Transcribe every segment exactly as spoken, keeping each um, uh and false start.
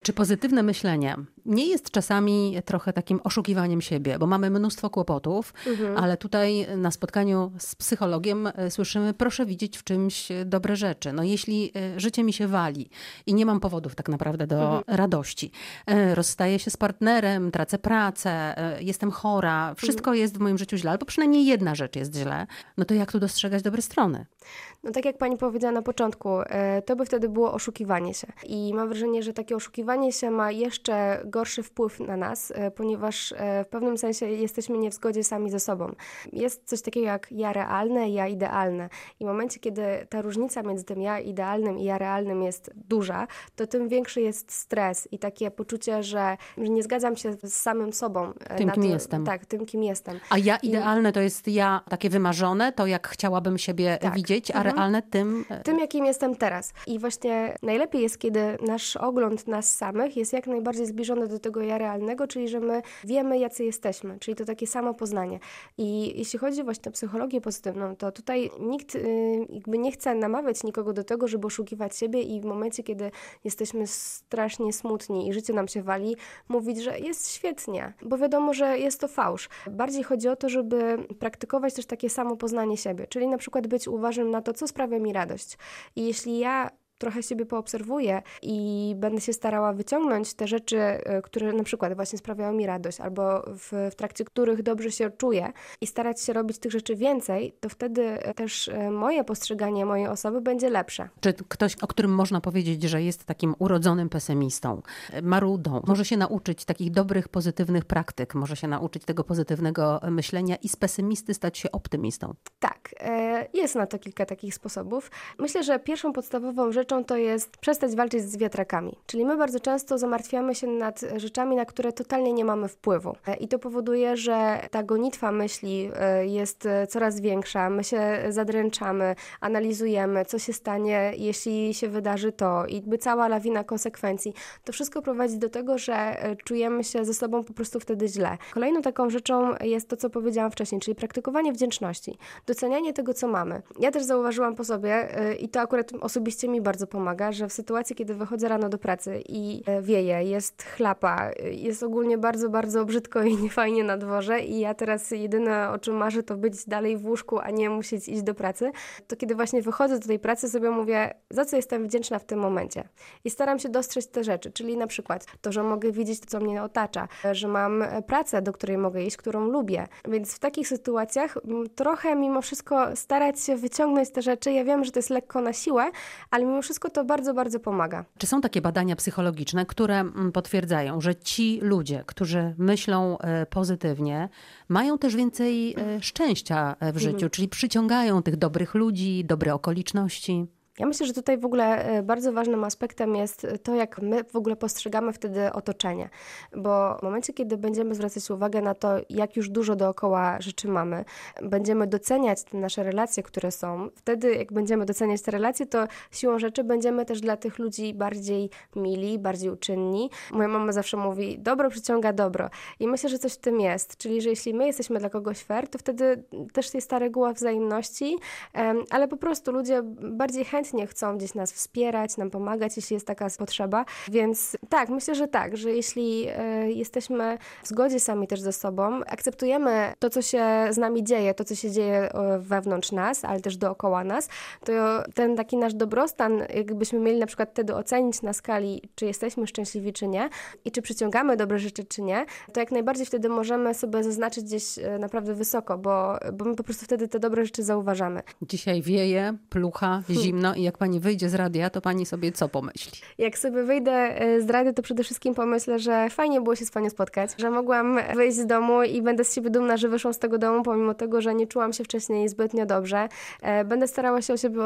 Czy pozytywne myślenie nie jest czasami trochę takim oszukiwaniem siebie, bo mamy mnóstwo kłopotów, mhm. ale tutaj na spotkaniu z psychologiem słyszymy, proszę widzieć w czymś dobre rzeczy. No jeśli życie mi się wali i nie mam powodów tak naprawdę do mhm. radości, rozstaję się z partnerem, tracę pracę, jestem chora, wszystko mhm. jest w moim życiu źle, albo przynajmniej jedna rzecz jest źle, no to jak tu dostrzegać dobre strony? No tak jak pani powiedziała na początku, to by wtedy było oszukiwanie się. I mam wrażenie, że takie oszukiwanie się ma jeszcze gorszy wpływ na nas, ponieważ w pewnym sensie jesteśmy nie w zgodzie sami ze sobą. Jest coś takiego jak ja realne i ja idealne. I w momencie, kiedy ta różnica między tym ja idealnym i ja realnym jest duża, to tym większy jest stres i takie poczucie, że, że nie zgadzam się z samym sobą. Tym, na kim tym, jestem. Tak, tym, kim jestem. A ja idealne I... to jest ja takie wymarzone, to jak chciałabym siebie tak. widzieć, a mhm. realne tym... Tym, jakim jestem teraz. I właśnie najlepiej jest, kiedy nasz ogląd nas samych jest jak najbardziej zbliżony do tego ja realnego, czyli że my wiemy, jacy jesteśmy, czyli to takie samo poznanie. I jeśli chodzi właśnie o psychologię pozytywną, to tutaj nikt yy, jakby nie chce namawiać nikogo do tego, żeby oszukiwać siebie i w momencie, kiedy jesteśmy strasznie smutni i życie nam się wali, mówić, że jest świetnie, bo wiadomo, że jest to fałsz. Bardziej chodzi o to, żeby praktykować też takie samo poznanie siebie, czyli na przykład być uważnym na to, co sprawia mi radość. I jeśli ja trochę siebie poobserwuję i będę się starała wyciągnąć te rzeczy, które na przykład właśnie sprawiają mi radość albo w, w trakcie których dobrze się czuję i starać się robić tych rzeczy więcej, to wtedy też moje postrzeganie mojej osoby będzie lepsze. Czy ktoś, o którym można powiedzieć, że jest takim urodzonym pesymistą, marudą, może się nauczyć takich dobrych, pozytywnych praktyk, może się nauczyć tego pozytywnego myślenia i z pesymisty stać się optymistą? Tak, jest na to kilka takich sposobów. Myślę, że pierwszą podstawową rzeczą to jest przestać walczyć z wiatrakami. Czyli my bardzo często zamartwiamy się nad rzeczami, na które totalnie nie mamy wpływu. I to powoduje, że ta gonitwa myśli jest coraz większa. My się zadręczamy, analizujemy, co się stanie, jeśli się wydarzy to. I jakby cała lawina konsekwencji. To wszystko prowadzi do tego, że czujemy się ze sobą po prostu wtedy źle. Kolejną taką rzeczą jest to, co powiedziałam wcześniej, czyli praktykowanie wdzięczności. Docenianie tego, co mamy. Ja też zauważyłam po sobie i to akurat osobiście mi bardzo pomaga, że w sytuacji, kiedy wychodzę rano do pracy i wieje, jest chlapa, jest ogólnie bardzo, bardzo brzydko i niefajnie na dworze i ja teraz jedyne, o czym marzę, to być dalej w łóżku, a nie musieć iść do pracy, to kiedy właśnie wychodzę do tej pracy, sobie mówię, za co jestem wdzięczna w tym momencie. I staram się dostrzec te rzeczy, czyli na przykład to, że mogę widzieć to, co mnie otacza, że mam pracę, do której mogę iść, którą lubię. Więc w takich sytuacjach trochę mimo wszystko starać się wyciągnąć te rzeczy. Ja wiem, że to jest lekko na siłę, ale mimo wszystko to bardzo, bardzo pomaga. Czy są takie badania psychologiczne, które potwierdzają, że ci ludzie, którzy myślą pozytywnie, mają też więcej szczęścia w życiu, mhm. czyli przyciągają tych dobrych ludzi, dobre okoliczności? Ja myślę, że tutaj w ogóle bardzo ważnym aspektem jest to, jak my w ogóle postrzegamy wtedy otoczenie. Bo w momencie, kiedy będziemy zwracać uwagę na to, jak już dużo dookoła rzeczy mamy, będziemy doceniać te nasze relacje, które są, wtedy jak będziemy doceniać te relacje, to siłą rzeczy będziemy też dla tych ludzi bardziej mili, bardziej uczynni. Moja mama zawsze mówi, dobro przyciąga dobro. I myślę, że coś w tym jest. Czyli, że jeśli my jesteśmy dla kogoś fair, to wtedy też jest ta reguła wzajemności, ale po prostu ludzie bardziej chętnie chcą gdzieś nas wspierać, nam pomagać, jeśli jest taka potrzeba. Więc tak, myślę, że tak, że jeśli y, jesteśmy w zgodzie sami też ze sobą, akceptujemy to, co się z nami dzieje, to, co się dzieje wewnątrz nas, ale też dookoła nas, to ten taki nasz dobrostan, jakbyśmy mieli na przykład wtedy ocenić na skali, czy jesteśmy szczęśliwi, czy nie i czy przyciągamy dobre rzeczy, czy nie, to jak najbardziej wtedy możemy sobie zaznaczyć gdzieś naprawdę wysoko, bo, bo my po prostu wtedy te dobre rzeczy zauważamy. Dzisiaj wieje, plucha, zimno i jak pani wyjdzie z radia, to pani sobie co pomyśli? Jak sobie wyjdę z radia, to przede wszystkim pomyślę, że fajnie było się z panią spotkać, że mogłam wyjść z domu i będę z siebie dumna, że wyszłam z tego domu, pomimo tego, że nie czułam się wcześniej zbytnio dobrze. Będę starała się o siebie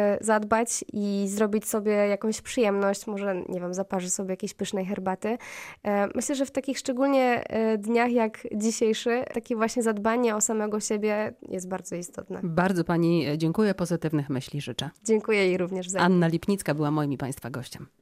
zadbać i zrobić sobie jakąś przyjemność, może, nie wiem, zaparzę sobie jakiejś pysznej herbaty. Myślę, że w takich szczególnie dniach jak dzisiejszy, takie właśnie zadbanie o samego siebie jest bardzo istotne. Bardzo pani dziękuję, pozytywnych myśli życzę. Dziękuję i również za. Anna Lipnicka była moim i państwa gościem.